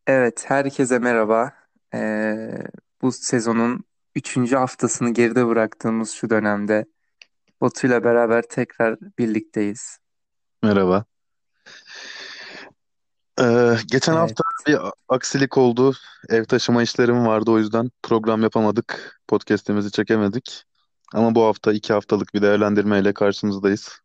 Evet, herkese merhaba. Bu sezonun üçüncü haftasını geride bıraktığımız şu dönemde Batu'yla beraber tekrar birlikteyiz. Merhaba. Geçen Evet, hafta bir aksilik oldu. Ev taşıma işlerim vardı, o yüzden program yapamadık. Podcast'imizi çekemedik. Ama bu hafta 2 haftalık bir değerlendirmeyle karşınızdayız.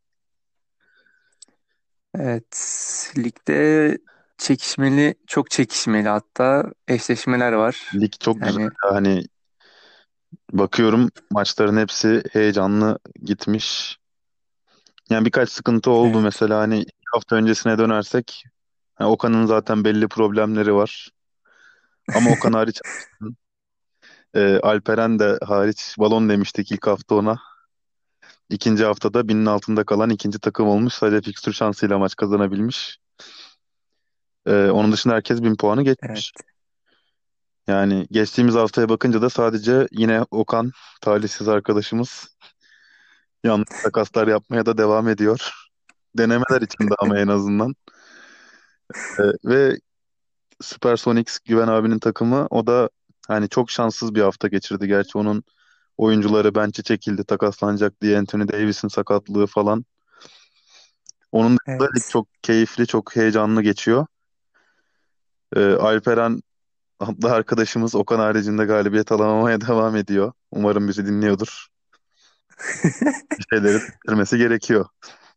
evet. Ligde çekişmeli, çok çekişmeli hatta eşleşmeler var. Lig çok güzel. Yani Hani bakıyorum, maçların hepsi heyecanlı gitmiş. Yani birkaç sıkıntı oldu, evet, mesela hani 2 hafta öncesine dönersek hani Okan'ın zaten belli problemleri var. Ama Okan hariç, Alperen de hariç balon demiştik ilk hafta ona. İkinci haftada binin altında kalan ikinci takım olmuş. Sadece fikstür şansıyla maç kazanabilmiş. Onun dışında herkes 1000 puanı evet. geçmiş. Yani geçtiğimiz haftaya bakınca da sadece yine Okan, talihsiz arkadaşımız, yanlış takaslar yapmaya da devam ediyor. Denemeler içinde ama en azından. Ve Supersonics Güven abinin takımı, o da hani çok şanssız bir hafta geçirdi. Gerçi onun oyuncuları bench'e çekildi takaslanacak diye, Anthony Davis'in sakatlığı falan. Onun dışında lig Evet. çok keyifli, çok heyecanlı geçiyor. Alperen adlı arkadaşımız Okan haricinde galibiyet alamamaya devam ediyor. Umarım bizi dinliyordur. Bir şeyleri değiştirmesi gerekiyor.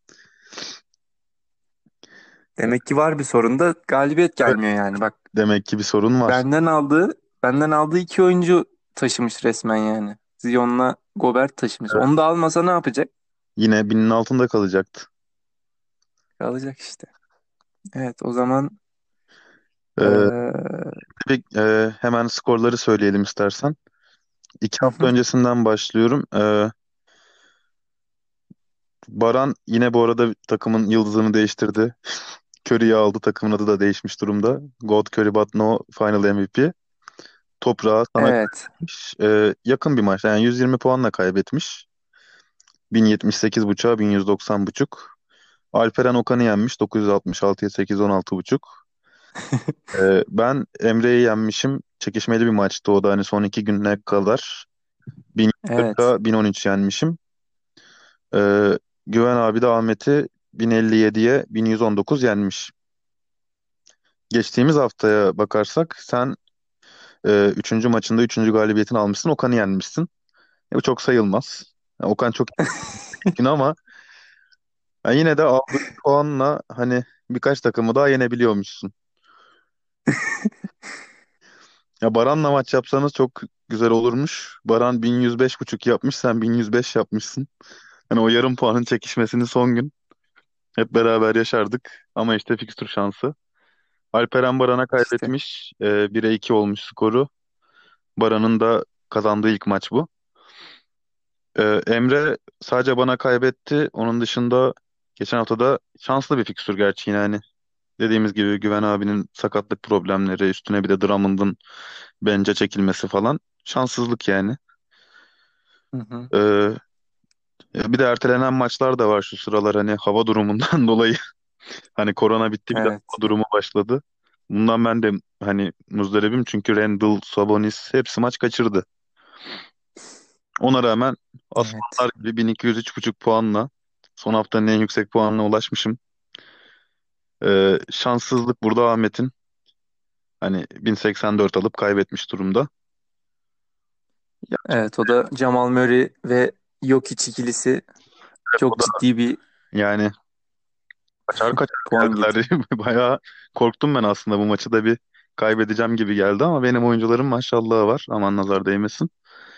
Demek ki var bir sorun da galibiyet Evet, gelmiyor yani. Bak, demek ki bir sorun var. benden aldığı iki oyuncu taşımış resmen yani. Zion'la Gobert taşımış. Evet. Onu da almasa ne yapacak? Yine binin altında kalacaktı. Kalacak işte. Evet, o zaman Ee, eee, Hemen skorları söyleyelim istersen. İki hı hafta hı, öncesinden başlıyorum. Baran yine bu arada takımın yıldızını değiştirdi. Curry'i aldı. Takımın adı da değişmiş durumda. God Curry but no final MVP. Toprağı sana evet. kaybetmiş. Yakın bir maç. Yani 120 puanla kaybetmiş. 1078,5'a 1190,5. Alperen Okan'ı yenmiş. 966'ya 816,5. Ben Emre'yi yenmişim. Çekişmeli bir maçtı o da. Hani son 2 güne kadar Evet. 1040'a 1013 yenmişim. Ee, Güven abi de Ahmet'i 1057'ye 1119 yenmiş. Geçtiğimiz haftaya bakarsak sen üçüncü maçında üçüncü galibiyetini almışsın. Okan'ı yenmişsin. Bu çok sayılmaz. Yani Okan çok etkin ama yine de aldığın puanla hani birkaç takımı daha yenebiliyormuşsun. Ya Baran'la maç yapsanız çok güzel olurmuş. Baran 1105,5 yapmış, sen 1105 yapmışsın. Hani o yarım puanın çekişmesini son gün hep beraber yaşardık. Ama işte fikstür şansı. Alperen Baran'a İşte. kaybetmiş. 1'e 2 olmuş skoru. Baran'ın da kazandığı ilk maç bu. Emre sadece bana kaybetti. Onun dışında geçen hafta da şanslı bir fikstür gerçi yine, hani dediğimiz gibi Güven abinin sakatlık problemleri, üstüne bir de Drummond'un bence çekilmesi falan. Şanssızlık yani. Hı hı. Ee, Bir de ertelenen maçlar da var şu sıralar, hani hava durumundan dolayı. Hani korona bitti, bir de Evet. hava durumu başladı. Bundan ben de hani muzdaribim, çünkü Randall, Sabonis hepsi maç kaçırdı. Ona rağmen Evet. aslanlar gibi 1203,5 puanla son haftanın en yüksek puanına ulaşmışım. Şanssızlık burada Ahmet'in, hani 1084 alıp kaybetmiş durumda. Ya, Evet, o da Jamal Murray ve Jokic ikilisi o çok da ciddi bir yani kaçar kaçar puan geldiler. getirdi. Bayağı korktum ben aslında, bu maçı da bir kaybedeceğim gibi geldi ama benim oyuncularım maşallahı var. Aman nazar değmesin.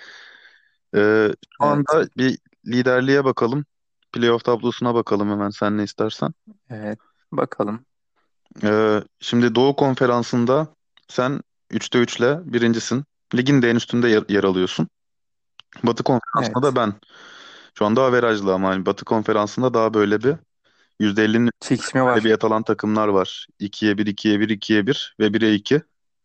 Şu Evet. anda bir liderliğe bakalım. Playoff tablosuna bakalım hemen, sen ne istersen. Evet. Bakalım. Şimdi Doğu Konferansı'nda sen 3'te 3 ile birincisin. Ligin de en üstünde yer alıyorsun. Batı Konferansı'nda da Evet. ben şu anda averajlı, ama hani Batı Konferansı'nda daha böyle bir %50'nin Çekişme var. galibiyet alan takımlar var. 2'ye bir, 2'ye bir, 2'ye bir ve 1'e 2.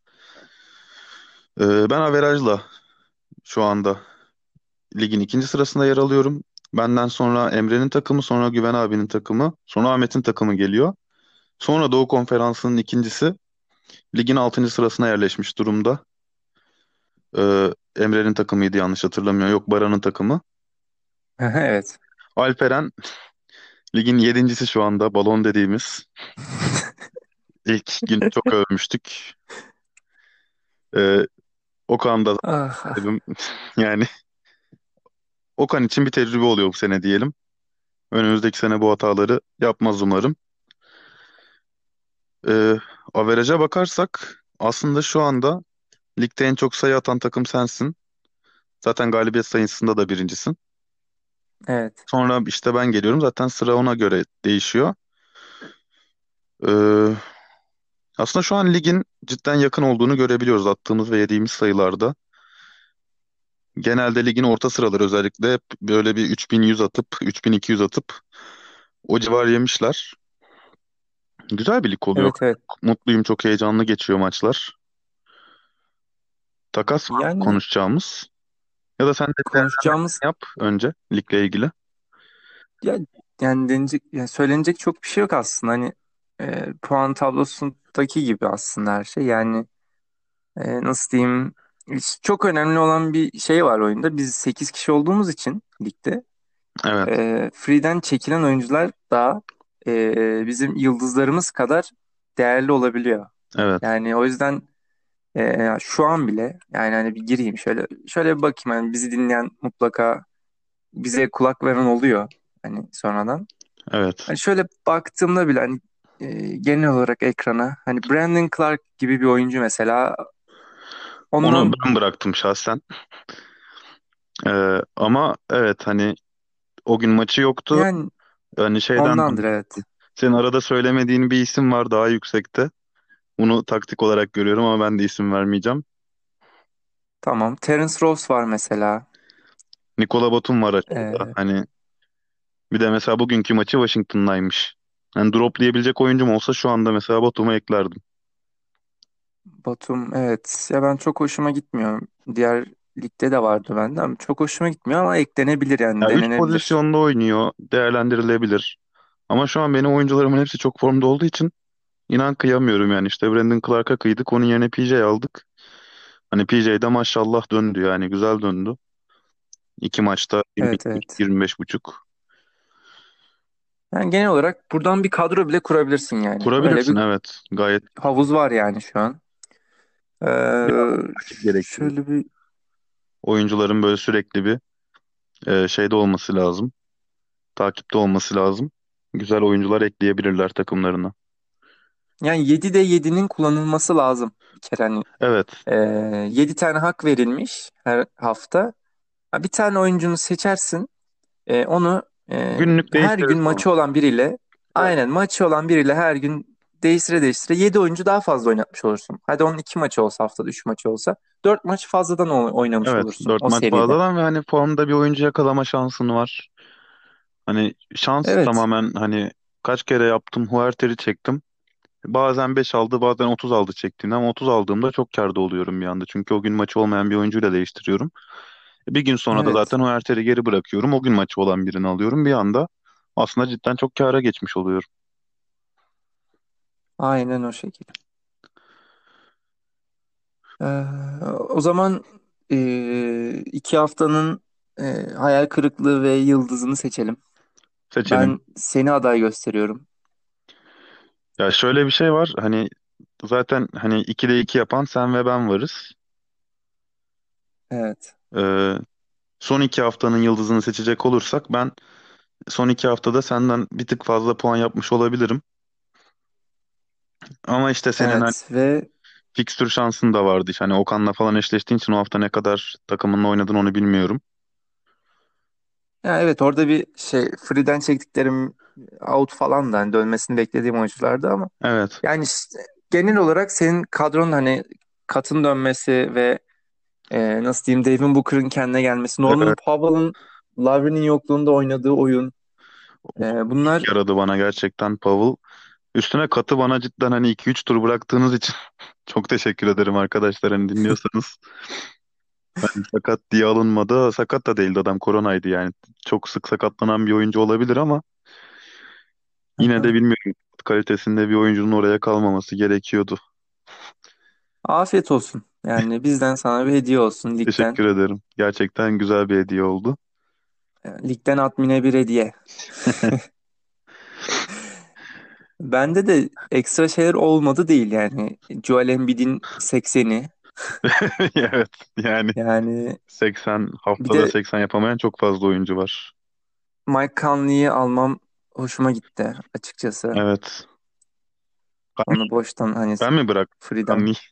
Ben averajla şu anda ligin ikinci sırasında yer alıyorum. Benden sonra Emre'nin takımı, sonra Güven abinin takımı, sonra Ahmet'in takımı geliyor. Sonra Doğu Konferansı'nın ikincisi. Ligin 6. sırasına yerleşmiş durumda. Emre'nin takımıydı yanlış hatırlamıyorum. Yok, Baran'ın takımı. Evet. Alperen ligin 7.'si şu anda, balon dediğimiz. İlk gün çok övmüştük. Ee, Okan da Ah, ah. dedim yani Okan için bir tecrübe oluyor bu sene diyelim. Önümüzdeki sene bu hataları yapmaz umarım. Ee, Average'a bakarsak aslında şu anda ligde en çok sayı atan takım sensin. Zaten galibiyet sayısında da birincisin. Evet. Sonra işte ben geliyorum. Zaten sıra ona göre değişiyor. Ee, Aslında şu an ligin cidden yakın olduğunu görebiliyoruz attığımız ve yediğimiz sayılarda. Genelde ligin orta sıraları özellikle hep böyle bir 3100 atıp 3200 atıp o civar yemişler. Güzel bir lig oluyor. Evet, evet. Mutluyum, çok heyecanlı geçiyor maçlar. Takas var mı Yani konuşacağımız? Ya da sen de konuşacağımız yap önce ligle ilgili. ya yani denecek, yani söylenecek çok bir şey yok aslında. Hani puan tablosundaki gibi aslında her şey. Yani nasıl diyeyim? Çok önemli olan bir şey var oyunda. Biz 8 kişi olduğumuz için ligde Evet, free'den çekilen oyuncular da bizim yıldızlarımız kadar değerli olabiliyor. evet, Yani o yüzden şu an bile yani hani bir gireyim şöyle bir bakayım, hani bizi dinleyen mutlaka bize kulak veren oluyor hani sonradan. evet. Hani şöyle baktığımda bile hani genel olarak ekrana hani Brandon Clark gibi bir oyuncu mesela, Onu onu ben bıraktım şahsen. Ama evet, hani o gün maçı yoktu. yani Hani şeyden ondandır, dolayı. evet. Senin arada söylemediğin bir isim var daha yüksekte. Bunu taktik olarak görüyorum ama ben de isim vermeyeceğim. Tamam. Terence Ross var mesela. Nikola Batum var açıkta. E, Hani bir de mesela bugünkü maçı Washington'daymış. Yani droplayabilecek oyuncum olsa şu anda mesela Batum'u eklerdim. Batum, evet. Ya ben çok hoşuma gitmiyor. Diğer ligde de vardı bende ama çok hoşuma gitmiyor, ama eklenebilir yani, Ya 3 denenebilir. pozisyonda oynuyor, değerlendirilebilir. Ama şu an benim oyuncularımın hepsi çok formda olduğu için inan kıyamıyorum yani. İşte Brandon Clark'a kıydık, onun yerine PJ aldık. Hani PJ de maşallah döndü, yani güzel döndü. 2 maçta Evet, 22, evet. 25,5. Yani genel olarak buradan bir kadro bile kurabilirsin yani. Öyle Kurabilirsin, bir evet. Gayet havuz var yani şu an. biraz Ee, takip gerekiyor. şöyle bir Oyuncuların böyle sürekli bir şeyde olması lazım. Takipte olması lazım. Güzel oyuncular ekleyebilirler takımlarına. yani 7'de 7'nin kullanılması lazım. Bir kere hani Evet. 7 tane hak verilmiş her hafta. Ha, bir tane oyuncunu seçersin. Onu Günlük her değiştirir gün sonra. maçı olan biriyle, Evet. aynen maçı olan biriyle her gün değiştire değiştire 7 oyuncu daha fazla oynatmış olursun. Hadi onun 2 maçı olsa, haftada 3 maçı olsa 4 maç fazladan oynamış Evet. olursun 4 o maç seride. fazladan ve hani formda bir oyuncu yakalama şansın var. Hani şans Evet, tamamen, hani kaç kere yaptım. Huerter'i çektim. Bazen 5 aldı, bazen 30 aldı çektiğinde, ama 30 aldığımda çok kârda oluyorum bir anda. Çünkü o gün maçı olmayan bir oyuncuyla değiştiriyorum. Bir gün sonra da evet. zaten Huerter'i geri bırakıyorum. O gün maçı olan birini alıyorum. Bir anda aslında cidden çok kâra geçmiş oluyorum. Aynen o şekilde. Ee, o zaman 2 haftanın hayal kırıklığı ve yıldızını seçelim. Seçelim. Ben seni aday gösteriyorum. Ya şöyle bir şey var. Hani zaten hani 2'de 2 yapan sen ve ben varız. Evet. Ee, Son 2 haftanın yıldızını seçecek olursak ben son 2 haftada senden bir tık fazla puan yapmış olabilirim. Ama işte senin hani Evet ve fikstür şansın da vardı. Hani Okan'la falan eşleştiğin için o hafta ne kadar takımınla oynadın onu bilmiyorum. ya evet, orada bir şey free'den çektiklerim out falan da hani dönmesini beklediğim oyunculardı ama Evet. yani işte genel olarak senin kadronun hani Kat'ın dönmesi ve nasıl diyeyim Devin Booker'ın kendine gelmesi, Norman Evet. Powell'ın Lowry'nin yokluğunda oynadığı oyun, O bunlar yaradı bana gerçekten Powell. Üstüne Kat'ı bana cidden hani 2-3 tur bıraktığınız için çok teşekkür ederim arkadaşlar. Hani dinliyorsanız. Sakat diye alınmadı. Sakat da değildi, adam koronaydı yani. Çok sık sakatlanan bir oyuncu olabilir ama yine de bilmiyorum. Kalitesinde bir oyuncunun oraya kalmaması gerekiyordu. Afiyet olsun. Yani bizden sana bir hediye olsun ligden. Teşekkür ederim. Gerçekten güzel bir hediye oldu. Ligden admine bir hediye. Bende de ekstra şeyler olmadı değil yani. Joel Embiid'in 80'i. Evet, yani Yani 80 bir haftada de 80 yapamayan çok fazla oyuncu var. Mike Conley'i almam hoşuma gitti açıkçası. Evet. Onu boştan hani Ben mi bıraktım? free'den. Kanni,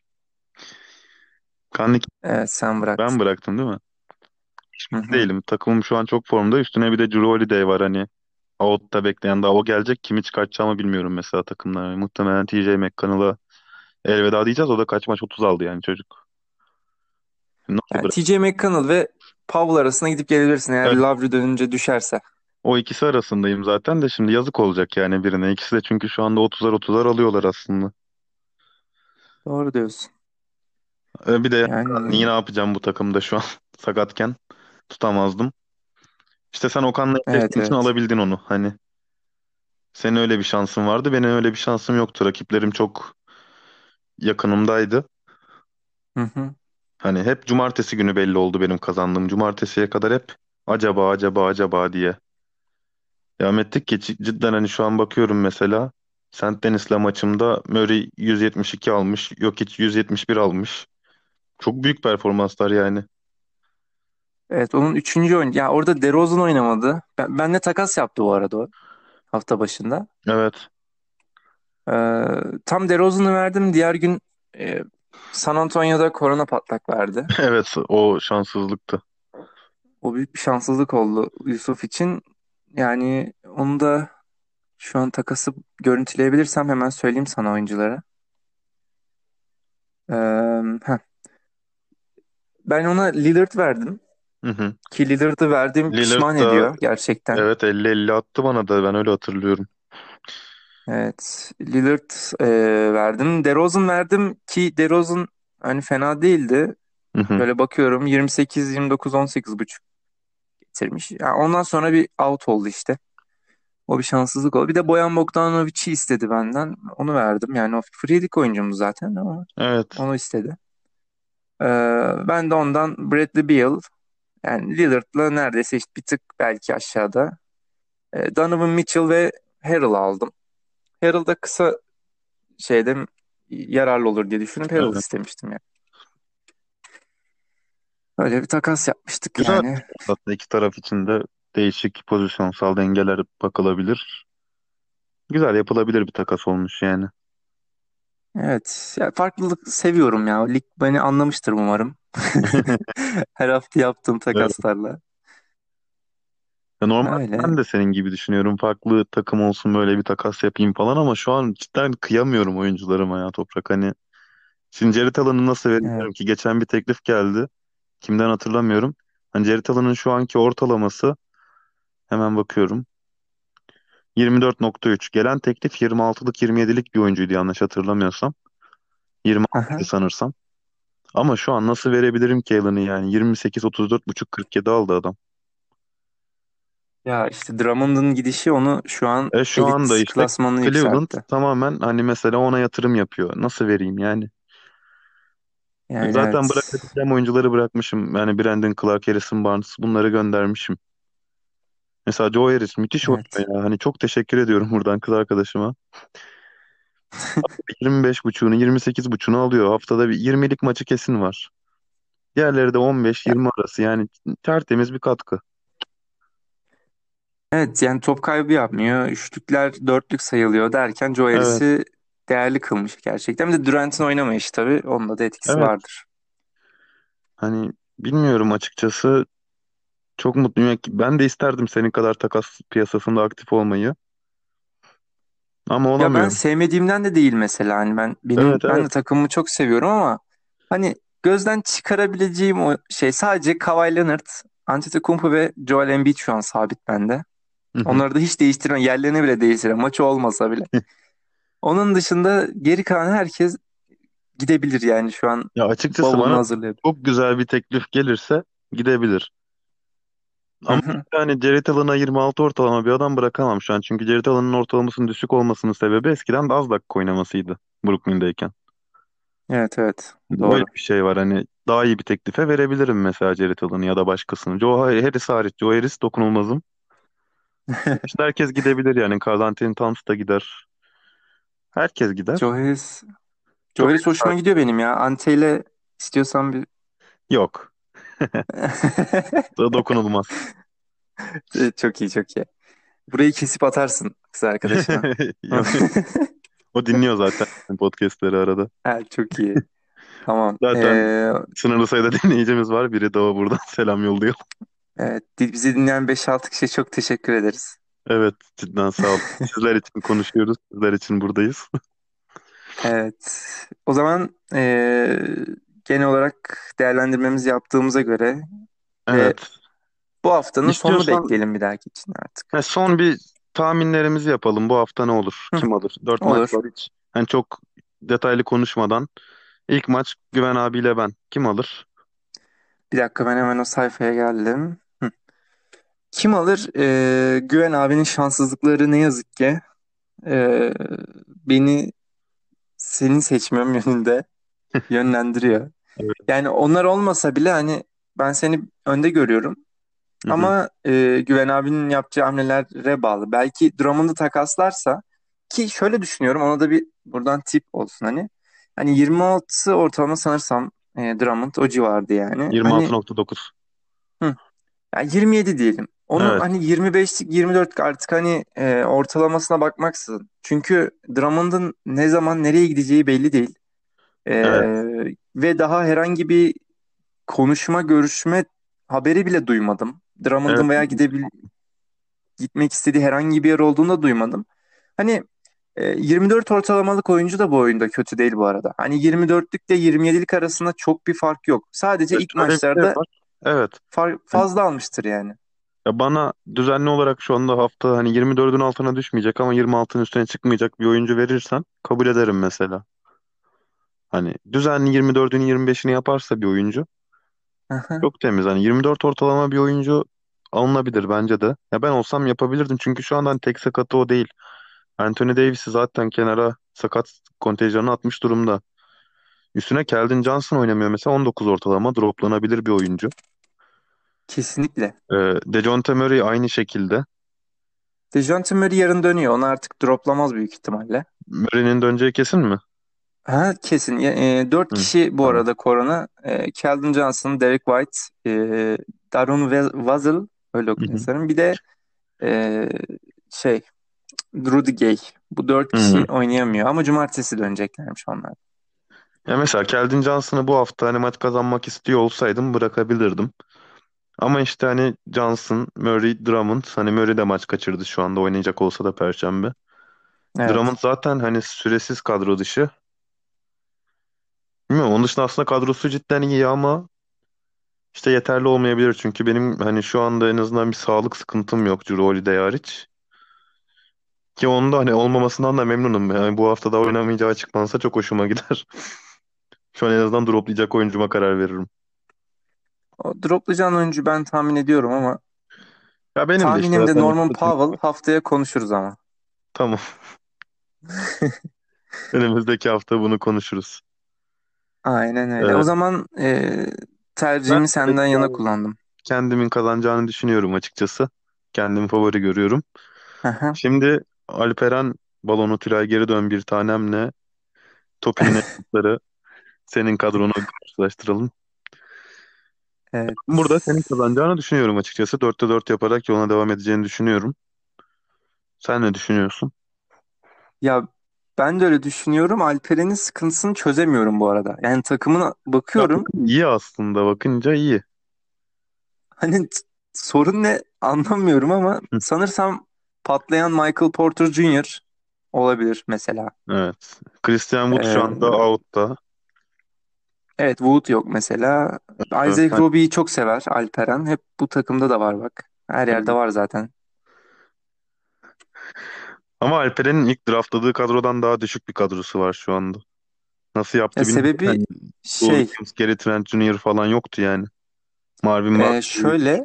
Kanni Evet, sen ben bıraktın. bıraktım değil mi? Hı hı. Değilim. Takımım şu an çok formda. Üstüne bir de Drew Holiday var hani. Out'ta bekleyen daha o gelecek. Kimi çıkartacağımı bilmiyorum mesela takımdan. Yani muhtemelen TJ McConnell'a elveda diyeceğiz. O da kaç maç 30 aldı yani çocuk. Nasıl Yani bırak? TJ McConnell ve Powell arasına gidip gelebilirsin eğer Evet. Lowry dönünce düşerse. O ikisi arasındayım zaten de şimdi yazık olacak yani birine. İkisi de çünkü şu anda 30'ar alıyorlar aslında. Doğru diyorsun. Bir de Yani niye ne yapacağım bu takımda şu an sakatken tutamazdım. İşte sen Okan'la evet, eşleştiğin için evet. alabildin onu. Hani senin öyle bir şansın vardı. Benim öyle bir şansım yoktu. Rakiplerim çok yakınımdaydı. Hı hı. Hani hep cumartesi günü belli oldu benim kazandığım. Cumartesiye kadar hep acaba diye devam ettik ki cidden hani şu an bakıyorum mesela St. Denis'le maçımda Murray 172 almış. Jokic 171 almış. Çok büyük performanslar yani. Evet, onun üçüncü oyun. Ya orada DeRozan oynamadı. Benle takas yaptı bu arada o hafta başında. Evet. Tam DeRozan'ı verdim. Diğer gün e, San Antonio'da korona patlak verdi. Evet, o şanssızlıktı. O büyük bir şanssızlık oldu Yusuf için. Yani onu da şu an takası görüntüleyebilirsem hemen söyleyeyim sana oyunculara. Heh. Ben ona Lillard verdim. Hı hı. Ki Lillard'ı verdiğim Lillard pişman da ediyor gerçekten. evet 50-50 attı bana da ben öyle hatırlıyorum. Evet, Lillard verdim. DeRozan verdim ki DeRozan hani fena değildi. Hı hı. Böyle bakıyorum 28, 29, 18 buçuk getirmiş. Yani ondan sonra bir out oldu işte. O bir şanssızlık oldu. Bir de Bojan Bogdanovic'i istedi benden. Onu verdim. Yani o freelik oyuncumuz zaten ama Evet. onu istedi. Ben de ondan Bradley Beal, yani Lillard'la neredeyse işte bir tık belki aşağıda. Donovan Mitchell ve Harrell aldım. Harrell da kısa şeyde yararlı olur diye düşünüp Harrell Evet. istemiştim yani. Öyle bir takas yapmıştık Güzel. yani. Aslında iki taraf için de değişik pozisyonsal dengeler bakılabilir. Güzel yapılabilir bir takas olmuş yani. Evet. Ya farklılık seviyorum ya. Lig beni anlamıştır umarım. Her hafta yaptığım Evet. takaslarla. Ya normal ben Öyle. de senin gibi düşünüyorum. Farklı takım olsun böyle bir takas yapayım falan ama şu an cidden kıyamıyorum oyuncularıma ya Toprak. Hani şimdi Jared Allen'ı nasıl Evet. verebilirim ki? Geçen bir teklif geldi. Kimden hatırlamıyorum. Hani Jared Allen'ın şu anki ortalaması hemen bakıyorum. 24,3. Gelen teklif 26'lık 27'lik bir oyuncuydu yanlış hatırlamıyorsam. 26'ydı Aha. sanırsam. Ama şu an nasıl verebilirim ki Allen'ı yani? 28, 34,5, 47 aldı adam. Ya işte Drummond'un gidişi onu şu an Şu anda elit işte klasmanına Cleveland yükseltti. tamamen hani mesela ona yatırım yapıyor. Nasıl vereyim yani? Yani Zaten evet. bırakabileceğim oyuncuları bırakmışım. Yani Brandon Clark, Harrison Barnes bunları göndermişim. Mesela Joe Harris müthiş Evet. oynuyor ya. Hani çok teşekkür ediyorum buradan kız arkadaşıma. 25,5'unu 28,5'unu alıyor. Haftada bir 20'lik maçı kesin var. Diğerleri de 15-20 arası yani tertemiz bir katkı. Evet, yani top kaybı yapmıyor. Üçlükler dörtlük sayılıyor derken Joe Evet, Harris'i değerli kılmış gerçekten. Bir de Durant'in oynamayışı tabii. Onda da etkisi evet. vardır. Hani bilmiyorum açıkçası çok mutluyum. Ben de isterdim senin kadar takas piyasasında aktif olmayı ama Ya ben olamıyorum. sevmediğimden de değil mesela. Hani Evet, ben evet. de takımımı çok seviyorum ama hani gözden çıkarabileceğim o şey sadece Kawhi Leonard, Antetokounmpo ve Joel Embiid şu an sabit bende. Hı hı. Onları da hiç değiştirmem. Yerlerini bile değiştirmem. Maçı olmasa bile. Onun dışında geri kalan herkes gidebilir yani şu an Ya açıkçası bavulunu bana hazırlayabilir. çok güzel bir teklif gelirse gidebilir. Hı Ama hı. yani Jared Allen'a 26 ortalama bir adam bırakamam şu an. Çünkü Jared Allen'ın ortalamasının düşük olmasının sebebi eskiden de az dakika oynamasıydı Brooklyn'deyken. Evet, evet, Öyle doğru. bir şey var hani daha iyi bir teklife verebilirim mesela Jared Allen'ı ya da başkasını. Joe Harris hariç. Joe Harris dokunulmazım. İşte herkes gidebilir yani. Karl Anthony Towns da gider. Herkes gider. Joe Harris, Joe Joe Harris Harris hoşuma hariç. gidiyor benim ya. Ante ile istiyorsan bir... Yok. Dokunulmaz. Çok iyi, çok iyi. Burayı kesip atarsın kız arkadaşına. Yok. O dinliyor zaten podcastleri arada. Evet, çok iyi. Tamam. Zaten sınırlı sayıda dinleyicimiz var. Biri de o, buradan selam yolluyor. Evet, bizi dinleyen 5-6 kişiye çok teşekkür ederiz. Evet, cidden sağ olun. Sizler için konuşuyoruz. Sizler için buradayız. Evet. O zaman genel olarak değerlendirmemizi yaptığımıza göre ve Evet. bu haftanın sonunu İstiyorsan bekleyelim bir dahaki için artık. son bir tahminlerimizi yapalım. Bu hafta ne olur? Hı, Kim alır? Dört maç olur. var hiç. Yani çok detaylı konuşmadan. İlk maç Güven abiyle ben. Kim alır? Bir dakika, ben hemen o sayfaya geldim. Hı. Kim alır? Güven abinin şanssızlıkları ne yazık ki ee, beni senin seçmem yönünde yönlendiriyor. Evet. Yani onlar olmasa bile hani ben seni önde görüyorum. Hı hı. Ama Güven abinin yapacağı hamlelere bağlı. Belki Drummond'u takaslarsa, ki şöyle düşünüyorum, ona da bir buradan tip olsun hani. Hani 26 ortalama sanırsam Drummond o civardı yani. Hani 26,9. hı, yani 27 diyelim. Onu Evet. hani 25'lik 24 artık hani ortalamasına bakmaksızın. Çünkü Drummond'un ne zaman nereye gideceği belli değil. E, Evet. ve daha herhangi bir konuşma, görüşme haberi bile duymadım. Evet. Drummond'un veya gitmek istediği herhangi bir yer olduğunu da duymadım. Hani 24 ortalamalık oyuncu da bu oyunda kötü değil bu arada. Hani 24'lükle 27'lik arasında çok bir fark yok. Sadece Ve ilk şöyle bir şey maçlarda var. Evet. Hani, fazla almıştır yani. ya bana düzenli olarak şu anda hafta hani 24'ün altına düşmeyecek ama 26'ın üstüne çıkmayacak bir oyuncu verirsen kabul ederim mesela. Hani düzenli 24'ün 25'ini yaparsa bir oyuncu Aha. çok temiz. Hani 24 ortalama bir oyuncu alınabilir bence de. Ya ben olsam yapabilirdim çünkü şu anda hani tek sakatı o değil. Anthony Davis'i zaten kenara sakat kontenjanı atmış durumda. Üstüne Keldon Johnson oynamıyor mesela 19 ortalama droplanabilir bir oyuncu. Kesinlikle. DeJounte Murray aynı şekilde. DeJounte Murray yarın dönüyor. Onu artık droplamaz büyük ihtimalle. Murray'nin döneceği kesin mi? Ha, kesin. 4 Hı, kişi bu tamam. arada korona. Keldon Johnson, Derek White, Darun Vazzell, öyle Hı okunuyor hı. sanırım. Bir de e, şey Rudy Gay. Bu 4 kişi Hı. oynayamıyor ama cumartesi döneceklermiş onlar. Ya mesela Keldon Johnson'ı bu hafta hani maç kazanmak istiyor olsaydım bırakabilirdim. Ama işte hani Johnson, Murray, Drummond hani Murray de maç kaçırdı şu anda oynayacak olsa da Perşembe. Drummond Evet. zaten hani süresiz kadro dışı. Bilmiyorum onun dışında aslında kadrosu cidden iyi ama işte yeterli olmayabilir. Çünkü benim hani şu anda en azından bir sağlık sıkıntım yok Drew Holiday hariç. Ki onda hani olmamasından da memnunum. Yani bu hafta da oynamayacağı açıklansa çok hoşuma gider. Şu an en azından droplayacak oyuncuma karar veririm. O droplayacağın oyuncu ben tahmin ediyorum ama Ya benim de işte tahminimde zaten Norman istatistik Powell, haftaya konuşuruz ama. tamam. Önümüzdeki hafta bunu konuşuruz. Aynen öyle. Ee, O zaman ben tercihimi de senden yana yani kullandım. kendimin kazanacağını düşünüyorum açıkçası. Kendimi favori görüyorum. Aha. Şimdi Alperen balonu Tülay geri dön bir tanemle Topi'nin etapları senin kadronu karşılaştıralım. Evet. Burada senin kazanacağını düşünüyorum açıkçası. 4'te 4 yaparak yoluna devam edeceğini düşünüyorum. Sen ne düşünüyorsun? Ya ben de öyle düşünüyorum. Alperen'in sıkıntısını çözemiyorum bu arada. Yani takımına Ya bakıyorum. takım iyi aslında bakınca iyi. Hani sorun ne anlamıyorum ama Hı, sanırsam patlayan Michael Porter Jr. olabilir mesela. evet. Christian Wood şu anda Ee, out'ta. evet, Wood yok mesela. Isaac Hani, Roby'yi çok sever Alperen. Hep bu takımda da var bak. Her yerde evet. var zaten. Ama Alperen'in ilk draftladığı kadrodan daha düşük bir kadrosu var şu anda. Nasıl Ya yaptı bilmiyorum. sebebi Yani Lou şey Williams, Gary Trent Jr. falan yoktu yani. Marvin Bagley. şöyle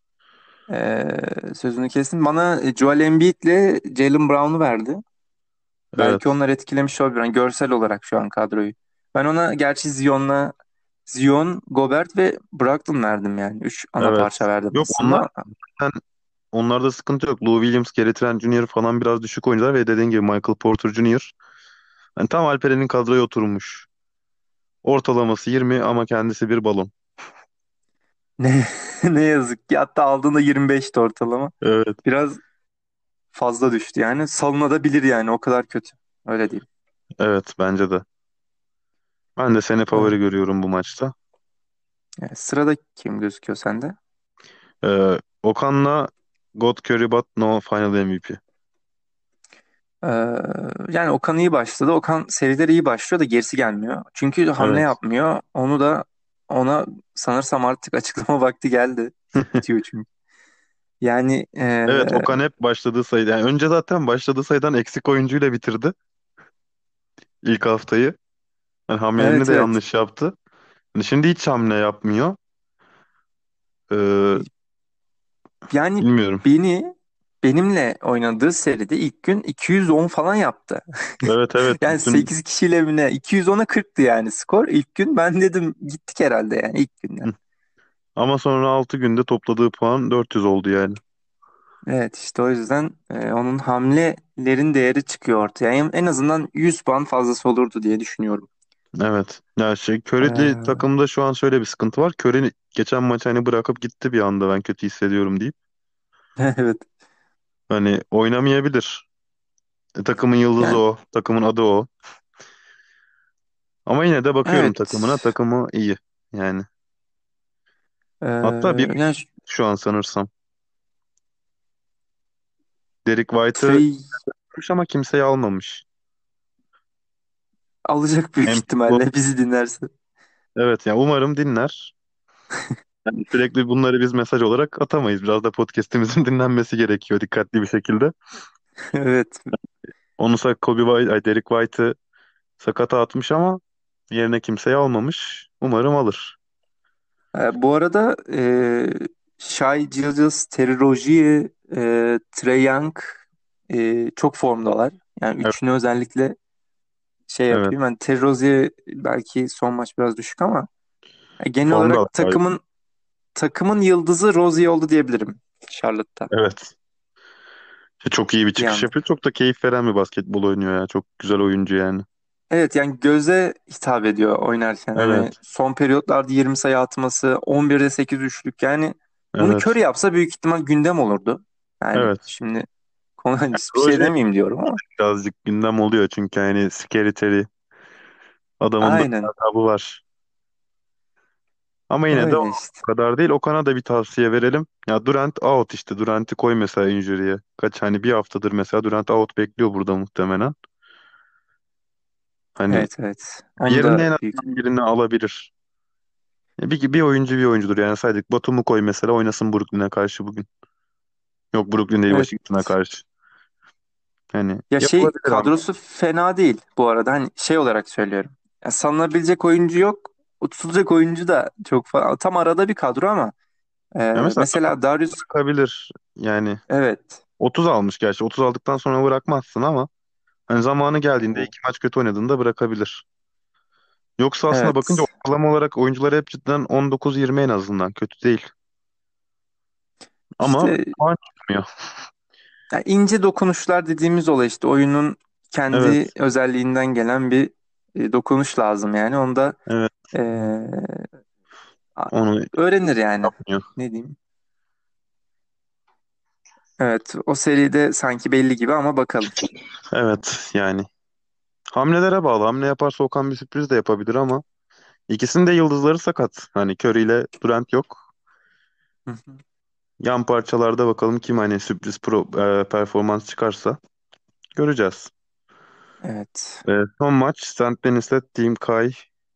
sözünü kestim. Bana Joel Embiid'le Jaylen Brown'u verdi. Belki Evet. onlar etkilemiş olabilir. Yani görsel olarak şu an kadroyu. Ben ona gerçi Zion, Gobert ve Brogdon verdim yani. Üç ana parça Evet. verdim Yok onlar aslında. zaten, onlarda sıkıntı yok. Lou Williams, Gary Trent Jr. falan biraz düşük oyuncular ve dediğin gibi Michael Porter Jr. Yani tam Alperen'in kadroya oturmuş. Ortalaması 20 ama kendisi bir balon. Ne, ne yazık ki. Hatta aldığında 25'ti ortalama. Evet. Biraz fazla düştü yani. Salınabilir yani, o kadar kötü. Öyle diyeyim. Evet bence de. Ben de seni Ee, favori görüyorum bu maçta. Sırada kim gözüküyor sende? Okan'la God Curry But No Final MVP. Ee, Yani Okan iyi başladı. Okan serileri iyi başlıyor da gerisi gelmiyor. Çünkü hamle Evet. yapmıyor. Onu da ona sanırsam artık açıklama vakti geldi. Bitiyor çünkü. Yani Evet Okan hep başladığı sayıda. Yani önce zaten başladığı sayıdan eksik oyuncuyla bitirdi ilk haftayı. Yani hamlelerini evet, de evet. yanlış yaptı. Yani şimdi hiç hamle yapmıyor. Ee, Yani bilmiyorum. benimle oynadığı seride ilk gün 210 falan yaptı. Evet evet. Yani Bütün 8 kişiyle mi ne? 210'a 40'tı yani skor. İlk gün ben dedim gittik herhalde yani ilk günden. ama sonra 6 günde topladığı puan 400 oldu yani. Evet, işte o yüzden onun hamlelerin değeri çıkıyor ortaya. En azından 100 puan fazlası olurdu diye düşünüyorum. Evet. Ya Curry'li Ee, takımda şu an şöyle bir sıkıntı var. Curry geçen maç hani bırakıp gitti bir anda ben kötü hissediyorum deyip. evet. Hani oynamayabilir. Takımın yıldızı Yani o. Takımın adı o. Ama yine de bakıyorum evet. takımına. Takımı iyi. Yani. Ee, Hatta bir Yani şu an sanırsam. Derek White'ı Trey almış ama kimseyi almamış. alacak büyük Embiid, ihtimalle bizi dinlerse. evet yani umarım dinler. Yani sürekli bunları biz mesaj olarak atamayız. Biraz da podcast'imizin dinlenmesi gerekiyor dikkatli bir şekilde. Evet. Onu Kobe White, Derek White'ı sakata atmış ama yerine kimseyi almamış. Umarım alır. Bu arada Shai Gilgeous, Terry Rozier, Trae Young çok formdalar. Yani Evet, üçünü özellikle şey evet. yapayım. Yani Terry Rozier belki son maç biraz düşük ama genel Formda olarak hatta. takımın yıldızı Rozier oldu diyebilirim Charlotte'ta Evet. Çok iyi bir bir çıkış anda. yapıyor. Çok da keyif veren bir basketbol oynuyor ya. Çok güzel oyuncu yani. Evet, yani göze hitap ediyor oynarken. Hani Evet, son periyotlarda 20 sayı atması, 11'de 8 üçlük, yani bunu evet, Curry yapsa büyük ihtimal gündem olurdu. Yani evet. şimdi konu bir şey Rozier demeyeyim diyorum ama birazcık gündem oluyor çünkü yani Scary Terry adamın da aynen lakabı var. Ama yine de o öyle işte. kadar değil. Okan'a da bir tavsiye verelim. Ya Durant out işte. Durant'i koy mesela injury'ye. Kaç hani bir haftadır mesela Durant out bekliyor burada muhtemelen. Hani Evet, evet. Onu yerine da en büyük. azından birini alabilir. Bir oyuncu bir oyuncudur yani saydık. Batum'u koy mesela oynasın Brooklyn'e karşı bugün. Yok Brooklyn değil Evet. Washington'a karşı. Hani Ya yapılabilir ama. kadrosu fena değil bu arada. Hani şey olarak söylüyorum. Ya sanılabilecek oyuncu yok. Tutulacak oyuncu da çok fazla. Tam arada bir kadro ama Ya mesela mesela Darius, bırakabilir. Yani evet. 30 almış gerçi. 30 aldıktan sonra bırakmazsın ama hani zamanı geldiğinde iki maç kötü oynadığında bırakabilir. Yoksa aslında bakınca Evet. ortalama olarak oyuncular hep cidden 19-20 en azından. Kötü değil. Ama İşte puan çıkmıyor. yani ince dokunuşlar dediğimiz olay, işte oyunun kendi Evet. özelliğinden gelen bir dokunuş lazım yani. Onu da Evet. e, a- Onu öğrenir yani. yapmıyor. Ne diyeyim? Evet, o seride sanki belli gibi ama bakalım. Evet yani. Hamlelere bağlı. Hamle yaparsa Okan bir sürpriz de yapabilir ama ikisinin de yıldızları sakat. Hani Curry ile Durant yok. Hı hı. Yan parçalarda bakalım kim hani sürpriz performans çıkarsa göreceğiz. Evet. Son maç St. Denis'le Team Kai.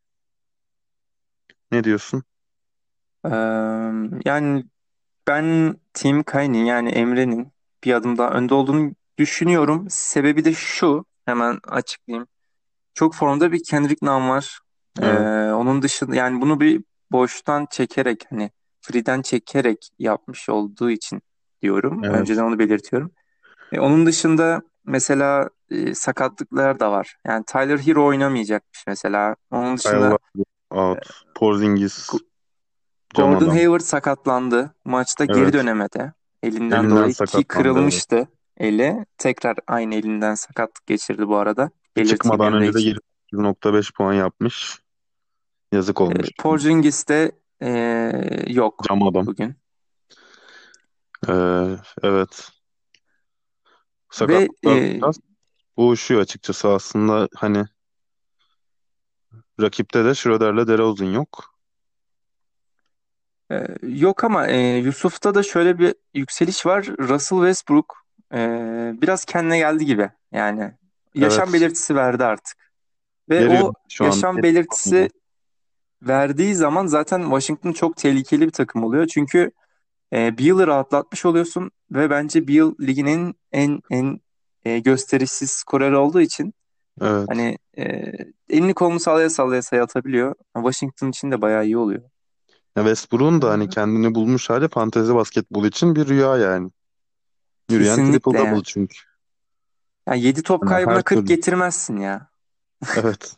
Ne diyorsun? Ee, Yani ben Team Kayn'in, yani Emre'nin bir adım daha önde olduğunu düşünüyorum. Sebebi de şu, hemen açıklayayım. Çok formda bir Kendrick Nunn var. Ee, Evet. Onun dışında yani bunu bir boştan çekerek, hani free'den çekerek yapmış olduğu için diyorum. Evet. Önceden onu belirtiyorum. Onun dışında mesela sakatlıklar da var. Yani Tyler Hero oynamayacakmış mesela. Onun Kyle dışında Lowry out. Porzingis G- cam Gordon adam. Hayward sakatlandı. Maçta geri Evet. dönemedi. Elinden Elinden dolayı ki sakatlandı, evet. kırılmıştı eli. Tekrar aynı elinden sakatlık geçirdi bu arada. Belirteyim Çıkmadan Emre önce de için. 28,5 puan yapmış. Yazık olmuş. Porzingis de yok Cam adam. bugün. Evet. Ve Sakatlıklar biraz boğuşuyor açıkçası aslında, hani rakipte de Schroeder'le DeRozan yok. yok ama Yusuf'ta da şöyle bir yükseliş var. Russell Westbrook biraz kendine geldi gibi. Yani yaşam Evet. belirtisi verdi artık. Ve Veriyor o şu an. yaşam belirtisi verdiği zaman zaten Washington çok tehlikeli bir takım oluyor. Çünkü bir yılı rahatlatmış oluyorsun ve bence bir yıl ligin en gösterişsiz skoreri olduğu için Evet. hani elini kolunu sallaya sallaya sayı atabiliyor. Washington için de bayağı iyi oluyor. Ya Westbrook'un da hani Ee, kendini bulmuş hali fantezi basketbol için bir rüya yani. Yürüyen triple kesinlikle double yani. çünkü. Yani 7 top Hani her kaybına 40 türlü. getirmezsin ya. Evet.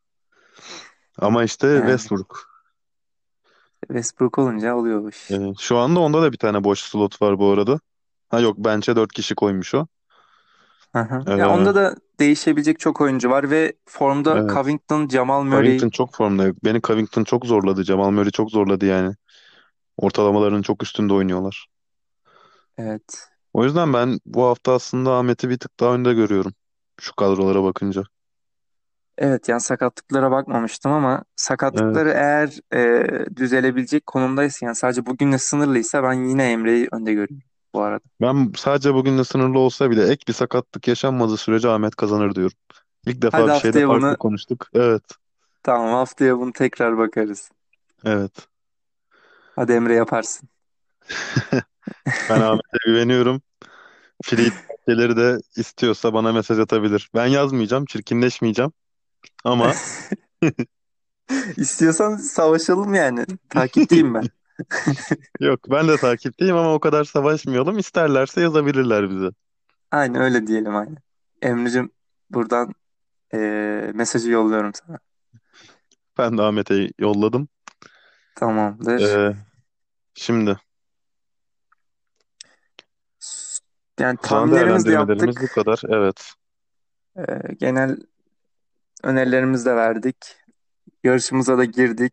Ama işte Yani Westbrook. Westbrook olunca oluyor bu iş. Şu anda onda da bir tane boş slot var bu arada. Ha yok, bench'e 4 kişi koymuş o. Hı hı. Ya Ee, onda da değişebilecek çok oyuncu var ve formda evet. Covington, Jamal Murray. Covington çok formda yok. Beni Covington çok zorladı. Jamal Murray çok zorladı yani. Ortalamaların çok üstünde oynuyorlar. Evet. O yüzden ben bu hafta aslında Ahmet'i bir tık daha önde görüyorum. Şu kadrolara bakınca. Evet yani sakatlıklara bakmamıştım ama sakatlıkları Evet. eğer düzelebilecek konumdaysa yani sadece bugünle sınırlıysa ben yine Emre'yi önde görüyorum bu arada. Ben sadece bugünle sınırlı olsa bile ek bir sakatlık yaşanmadığı sürece Ahmet kazanır diyorum. İlk defa Hadi bir şeyde haftaya farklı bunu konuştuk. Evet. tamam haftaya bunu tekrar bakarız. Evet. Hadi Emre yaparsın. Ben Ahmet'e güveniyorum. Free tavsiyeleri de istiyorsa bana mesaj atabilir. Ben yazmayacağım, çirkinleşmeyeceğim. Ama İstiyorsan savaşalım yani. Takipteyim ben. yok, ben de takipteyim ama o kadar savaşmayalım. İsterlerse yazabilirler bize. Aynen öyle diyelim aynen. Emre'cim buradan mesajı yolluyorum sana. Ben de Ahmet'e yolladım. Tamamdır. Ee, şimdi Yani o zaman tahminlerimizi de değerlendirmelerimiz bu yaptık. kadar. Evet. Genel önerilerimizi de verdik. Yarışımıza da girdik.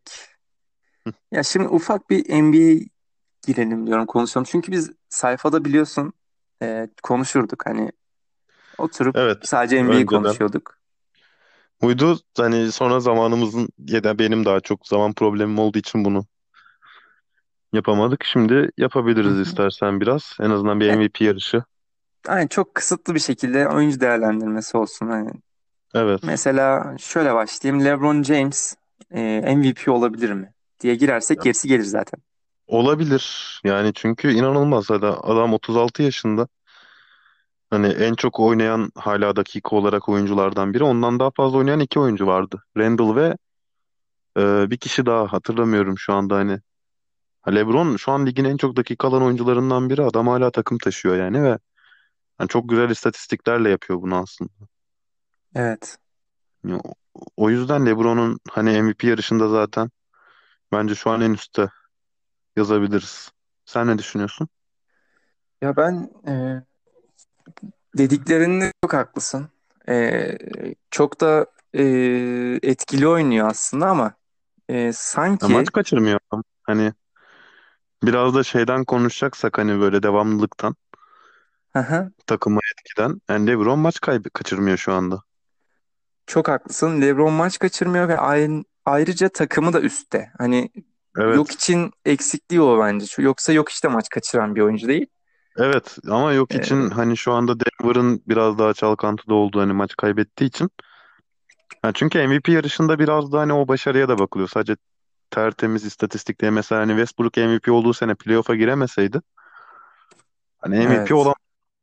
Ya şimdi ufak bir NBA girelim diyorum konuşalım. Çünkü biz sayfada biliyorsun konuşurduk. Hani oturup Evet. sadece NBA Önceden konuşuyorduk. uydu, hani sonra zamanımızın ya da benim daha çok zaman problemim olduğu için bunu yapamadık. Şimdi Hı yapabiliriz hı. istersen biraz. En azından bir E, MVP yarışı. Yani çok kısıtlı bir şekilde oyuncu değerlendirmesi olsun. Hani Evet. mesela şöyle başlayayım. LeBron James MVP olabilir mi diye girersek gerisi gelir zaten. Olabilir. Yani çünkü inanılmaz. Adam 36 yaşında. Hani en çok oynayan hala dakika olarak oyunculardan biri. Ondan daha fazla oynayan iki oyuncu vardı. Randall ve bir kişi daha hatırlamıyorum şu anda hani. Ha, LeBron şu an ligin en çok dakika alan oyuncularından biri. Adam hala takım taşıyor yani ve hani çok güzel istatistiklerle yapıyor bunu aslında. Evet. Yani o yüzden LeBron'un hani MVP yarışında zaten bence şu an en üstte yazabiliriz. Sen ne düşünüyorsun? Ya ben dediklerinde çok haklısın. Çok da etkili oynuyor aslında ama Ya maç sanki kaçırmıyor adam. Hani biraz da şeyden konuşacaksak, hani böyle devamlılıktan, hı hı, takıma etkiden. Yani LeBron maç kaybı kaçırmıyor şu anda. çok haklısın. LeBron maç kaçırmıyor ve ayrıca takımı da üstte. Hani yok Evet. için eksikliği o bence. Yoksa yok işte maç kaçıran bir oyuncu değil. Evet ama yok için Ee, hani şu anda Denver'ın biraz daha çalkantıda olduğu, hani maç kaybettiği için. Ha, çünkü MVP yarışında biraz da hani o başarıya da bakılıyor. Sadece tertemiz istatistikle, mesela hani Westbrook MVP olduğu sene playoff'a giremeseydi hani MVP evet. olan,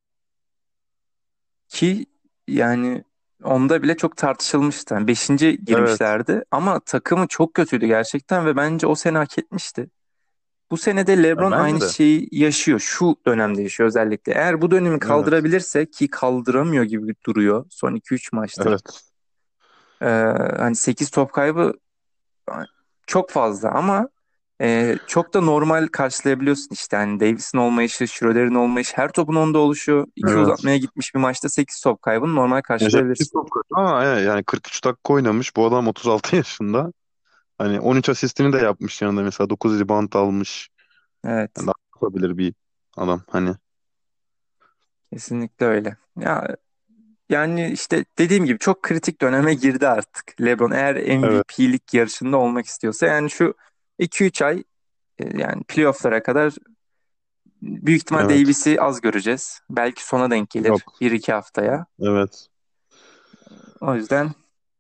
Ki yani onda bile çok tartışılmıştı. Yani beşinci evet, girmişlerdi ama takımı çok kötüydü gerçekten ve bence o sene hak etmişti. Bu sene de Ya LeBron aynı bence de. şeyi yaşıyor. Şu dönemde yaşıyor özellikle. Eğer bu dönemi Evet. kaldırabilirse, ki kaldıramıyor gibi duruyor son 2-3 maçtır. Evet. Ee, Hani 8 top kaybı çok fazla ama çok da normal karşılayabiliyorsun işte. Yani Davis'in olmayışı, Schroeder'in olmayışı, her topun onda oluşu. İki Evet. uzatmaya gitmiş bir maçta 8 top kaybını normal Ya Jackson karşılayabilirsin. çok kötü ama yani 43 dakika oynamış. Bu adam 36 yaşında. Hani 13 asistini de yapmış yanında, mesela 9 rebound almış. Yani Evet, daha yapabilir bir adam hani. kesinlikle öyle. Ya yani işte dediğim gibi çok kritik döneme girdi artık LeBron. Eğer Evet. MVP'lik yarışında olmak istiyorsa, yani şu 2-3 ay, yani playoff'lara kadar büyük ihtimal Evet. Davis'i az göreceğiz. Belki sona denk gelir Yok. 1-2 haftaya. Evet. O yüzden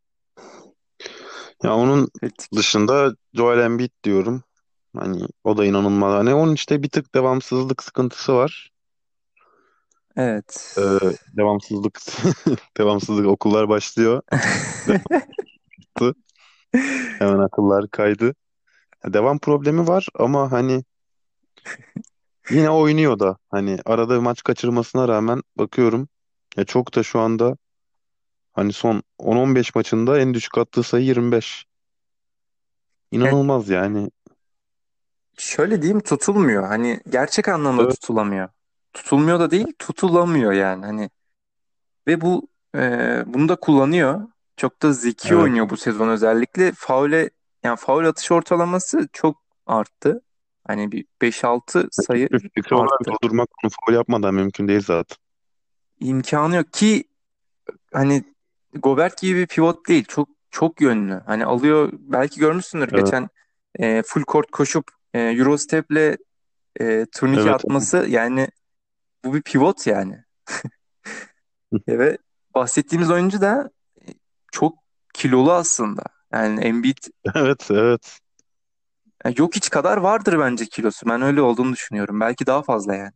Ya onun kritik. dışında Joel Embiid diyorum. Hani o da inanılmaz. Hani onun işte bir tık devamsızlık sıkıntısı var. Evet. Ee, devamsızlık devamsızlık, okullar başlıyor. Devamlı. Hemen akıllar kaydı. Ya devam problemi var ama hani yine oynuyor da, hani arada maç kaçırmasına rağmen bakıyorum ya, çok da şu anda hani son 10-15 maçında en düşük attığı sayı 25. Yani İnanılmaz yani. şöyle diyeyim, tutulmuyor. Hani gerçek anlamda Evet, tutulamıyor. Tutulmuyor da değil, tutulamıyor yani. Hani ve bunu da kullanıyor. Çok da zeki evet. oynuyor bu sezon özellikle. Yani faul atış ortalaması çok arttı. Hani bir 5-6 sayı Fiziksel olarak arttı. durdurmak, onu faul yapmadan mümkün değil zaten. İmkanı yok ki, hani Gobert gibi bir pivot değil. Çok çok yönlü. Hani alıyor, belki görmüşsündür Evet, geçen full court koşup Eurostep'le turnike evet. atması, yani bu bir pivot yani. Ve bahsettiğimiz oyuncu da çok kilolu aslında. Yani Embiid Evet, evet. yok hiç kadar vardır bence kilosu. Ben öyle olduğunu düşünüyorum. Belki daha fazla yani.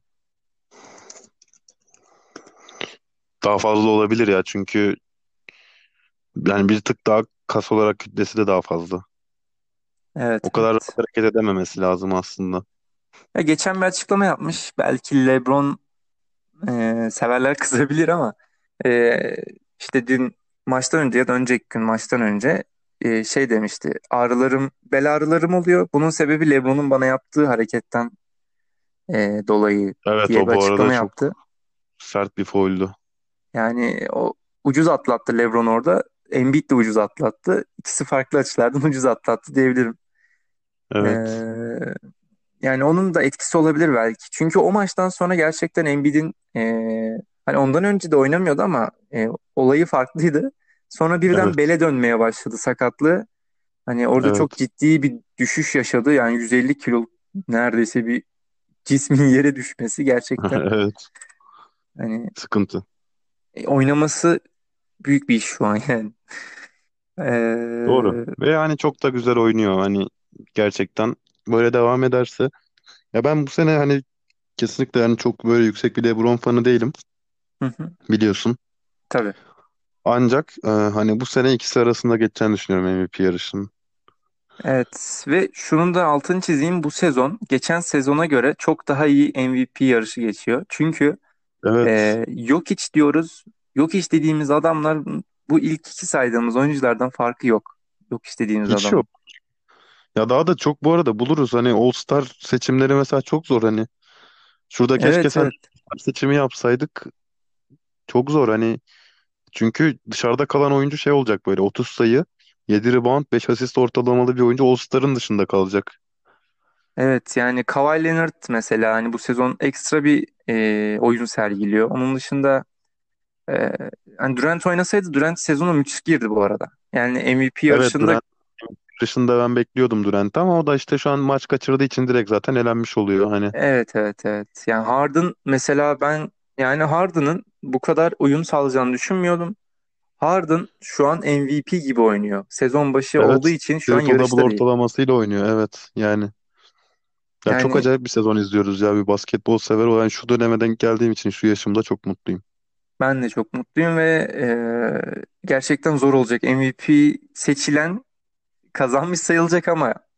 Daha fazla olabilir ya, çünkü yani bir tık daha kas olarak kütlesi de daha fazla. O Evet, kadar rahat evet. hareket edememesi lazım aslında. Ya geçen bir açıklama yapmış. Belki LeBron severler kızabilir ama e, işte dün maçtan önce ya da önceki gün maçtan önce şey demişti. Bel ağrılarım oluyor. Bunun sebebi LeBron'un bana yaptığı hareketten dolayı Evet, diye o bir bu arada açıklama çok yaptı. sert bir fauldü. Yani o ucuz atlattı LeBron orada. Embiid de ucuz atlattı. İkisi farklı açılardan ucuz atlattı diyebilirim. Evet. Ee, Yani onun da etkisi olabilir belki. Çünkü o maçtan sonra gerçekten Embiid'in hani ondan önce de oynamıyordu ama olayı farklıydı. Sonra birden Evet. bele dönmeye başladı sakatlığı. Hani orada çok Evet. ciddi bir düşüş yaşadı. Yani 150 kilo neredeyse bir cismin yere düşmesi gerçekten, Evet. hani Sıkıntı. oynaması büyük bir iş şu an yani. Doğru. Ee, Ve yani çok da güzel oynuyor. Hani gerçekten böyle devam ederse. Ya ben bu sene hani kesinlikle hani çok böyle yüksek bir LeBron fanı değilim. hı hı, Biliyorsun. tabii. Ancak hani bu sene ikisi arasında geçeceğini düşünüyorum MVP yarışının. Evet, ve şunun da altını çizeyim, bu sezon geçen sezona göre çok daha iyi MVP yarışı geçiyor. Çünkü Evet. Jokic diyoruz. Jokic dediğimiz adamlar, bu ilk iki saydığımız oyunculardan farkı yok. Jokic dediğimiz Hiç adamın. yok. Ya daha da çok bu arada buluruz. Hani All Star seçimleri mesela çok zor hani. Şurada keşke Evet, sen evet. All Star seçimi yapsaydık. Çok zor hani. Çünkü dışarıda kalan oyuncu şey olacak, böyle 30 sayı, 7 rebound, 5 asist ortalamalı bir oyuncu All Star'ın dışında kalacak. Evet, yani Kawhi Leonard mesela hani bu sezon ekstra bir oyun sergiliyor. Onun dışında e, hani Durant oynasaydı, Durant sezona müthiş girdi bu arada. Yani MVP Evet, yarışında. Durant dışında ben bekliyordum Durant'ı ama o da işte şu an maç kaçırdığı için direkt zaten elenmiş oluyor hani. Evet, evet, evet. Yani Harden mesela, ben yani Harden'ın bu kadar uyum sağlayacağını düşünmüyordum. Harden şu an MVP gibi oynuyor. Sezon başı olduğu Evet, için şu an triple double yarışta değil. ortalamasıyla oynuyor, evet yani. Ya çok Yani acayip bir sezon izliyoruz ya, bir basketbol sever olarak şu döneme denk geldiğim için şu yaşımda çok mutluyum. ben de çok mutluyum ve gerçekten zor olacak. MVP seçilen kazanmış sayılacak ama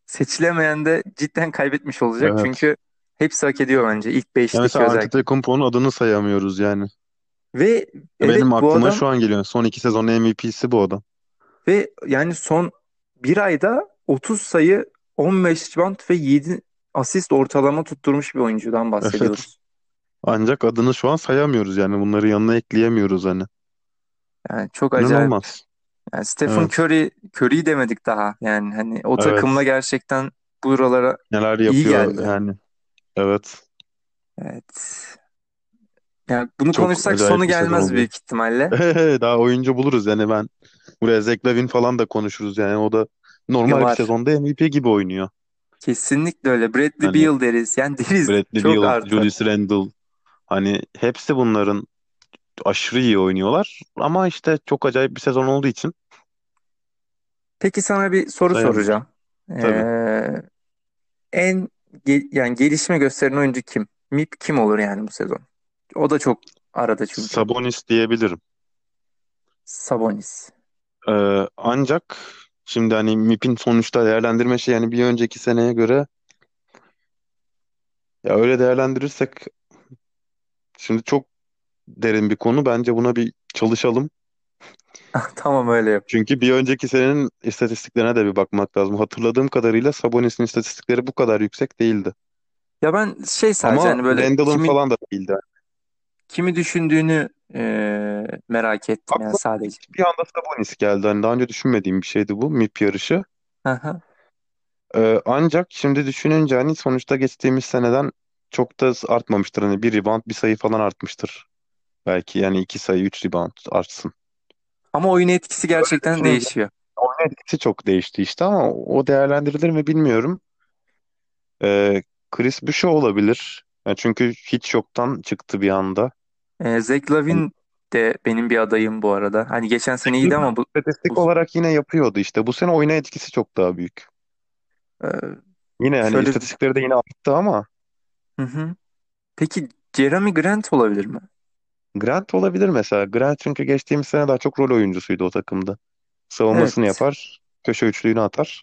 seçilemeyen de cidden kaybetmiş olacak. Evet. Çünkü hepsi hak ediyor bence. İlk Ya beşteki mesela özellikle. Antetokounmpo'nun adını sayamıyoruz yani. Ve Benim evet bu aklıma adam şu an geliyor. Son 2 sezonun MVP'si bu adam. ve yani son bir ayda 30 sayı, 15 rebound ve 7 asist ortalama tutturmuş bir oyuncudan Evet. bahsediyoruz. Ancak adını şu an sayamıyoruz yani. Bunları yanına ekleyemiyoruz hani. Yani çok acayip. İnanılmaz. Yani Stephen Evet. Curry'yi demedik daha. Yani hani o takımla Evet. gerçekten buralara Neler iyi yapıyor geldi. yani. Evet. Evet. Yani bunu Çok konuşsak sonu acayip bir sezon gelmez oluyor. büyük ihtimalle. Daha oyuncu buluruz yani ben. Buraya Zach Lavine falan da konuşuruz yani. O da Ya normal bir var. sezonda MVP gibi oynuyor. Kesinlikle öyle. Bradley Hani Beal deriz. Yani deriz Bradley çok Beal, artı. Julius Randle, hani hepsi bunların aşırı iyi oynuyorlar. Ama işte çok acayip bir sezon olduğu için Peki sana bir soru sayamıyoruz. soracağım. Tabii. Ee, en yani gelişme gösteren oyuncu kim? MIP kim olur yani bu sezon? O da çok arada çünkü. Sabonis diyebilirim. Sabonis. Ancak şimdi hani MIP'in sonuçta değerlendirme şey yani bir önceki seneye göre ya öyle değerlendirirsek şimdi çok derin bir konu. Bence buna bir çalışalım. Tamam öyle yap. Çünkü bir önceki senenin istatistiklerine de bir bakmak lazım. Hatırladığım kadarıyla Sabonis'in istatistikleri bu kadar yüksek değildi. Ya ben şey sadece Ama hani böyle Randall'ın kimi falan da değildi. kimi düşündüğünü merak ettim yani Aklıma sadece. bir anda Sabonis geldi. Hani daha önce düşünmediğim bir şeydi bu MIP yarışı. Hı hı. Ancak şimdi düşününce hani sonuçta geçtiğimiz seneden çok da artmamıştır. Hani bir rebound bir sayı falan artmıştır. Belki yani 2 sayı 3 rebound artsın. Ama oyun etkisi Öyle gerçekten düşününce değişiyor. oyun etkisi çok değişti işte ama o değerlendirilir mi bilmiyorum. Ee, Chris Boucher olabilir. Yani çünkü hiç yoktan çıktı bir anda. Zach Yani Lavine de benim bir adayım bu arada. Hani geçen sene iyiydi ama bu istatistik olarak yine yapıyordu işte. Bu sene oyuna etkisi çok daha büyük. e, Yine hani şöyle istatistikleri de yine arttı ama hı hı. Peki Jeremy Grant olabilir mi? Grant olabilir mesela. Grant çünkü geçtiğimiz sene daha çok rol oyuncusuydu o takımda. Savunmasını Evet. yapar, köşe üçlüğünü atar.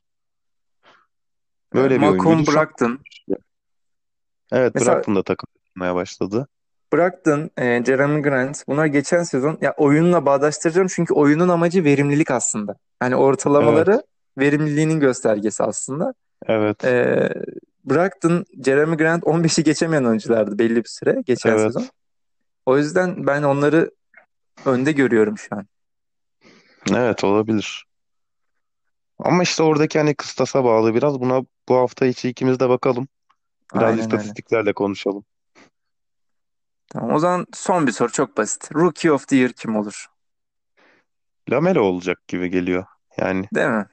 Böyle bir oyuncuydu. Malcolm Şu Brogdon. an evet Mesela Brogdon da takım tutmaya başladı. Brogdon, Jeremy Grant bunlar geçen sezon ya oyunla bağdaştıracağım çünkü oyunun amacı verimlilik aslında. Hani Evet, ortalamaları verimliliğinin göstergesi aslında. evet, E, Brogdon, Jeremy Grant 15'i geçemeyen oyunculardı belli bir süre geçen sezon. evet, O yüzden ben onları önde görüyorum şu an. evet olabilir. Ama işte oradaki hani kıstasa bağlı biraz. Buna bu hafta içi ikimiz de bakalım. Biraz Aynen öyle. istatistiklerle konuşalım. Tamam, o zaman son bir soru çok basit. Rookie of the Year kim olur? Lamelo olacak gibi geliyor. Yani Değil mi?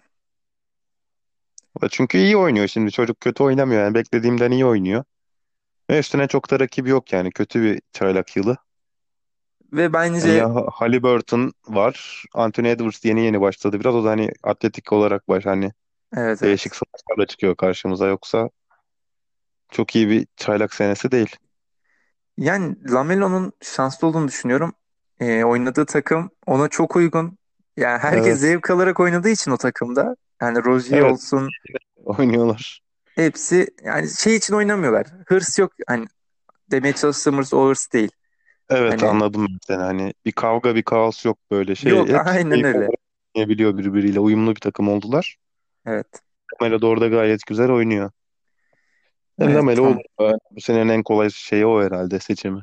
o da çünkü iyi oynuyor şimdi. Çocuk kötü oynamıyor. Yani beklediğimden iyi oynuyor. Ve üstüne çok da rakibi yok yani. Kötü bir çaylak yılı. Ve Hani bence ya Haliburton var. Anthony Edwards yeni yeni başladı biraz. O da hani atletik olarak hani evet değişik evet. sınıflarla çıkıyor karşımıza. Yoksa çok iyi bir çaylak senesi değil. Yani Lamelo'nun şanslı olduğunu düşünüyorum. Oynadığı takım ona çok uygun. Yani herkes Evet. zevk alarak oynadığı için o takımda. Yani Rozier Evet. olsun Oynuyorlar. hepsi yani şey için oynamıyorlar. Hırs yok. Hani demeye çalıştığım hırs o hırs değil. Evet Hani anladım ben seni. Hani bir kavga bir kaos yok böyle şey. yok Hepsi aynen keyif öyle. olarak oynayabiliyor birbiriyle. Uyumlu bir takım oldular. Evet. Lamelo da orada gayet güzel oynuyor. Evet Lamelo olur. tamam. Bu senenin en kolay şeyi o herhalde seçimi.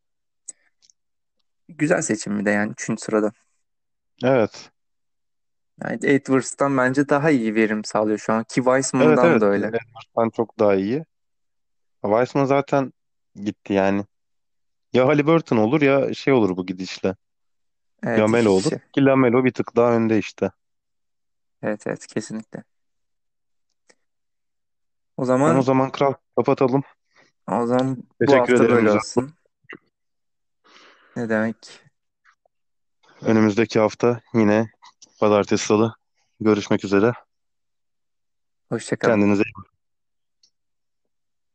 Güzel seçim bir de yani 3. sırada. Evet. Yani Edwards'tan bence daha iyi verim sağlıyor şu an. Ki Evet Wiseman'dan evet. da öyle. Edwards'tan çok daha iyi. Weissman zaten gitti yani. Ya Haliburton olur ya şey olur bu gidişle. Evet Lamelo iki olur. kişi. Ki Lamelo bir tık daha önde işte. Evet evet kesinlikle. O O zaman zaman kral kapatalım. bu Teşekkür hafta ederim böyle güzel. olsun. Ne demek? Önümüzdeki hafta yine pazartesi salı görüşmek üzere. Hoşça kalın. Kendinize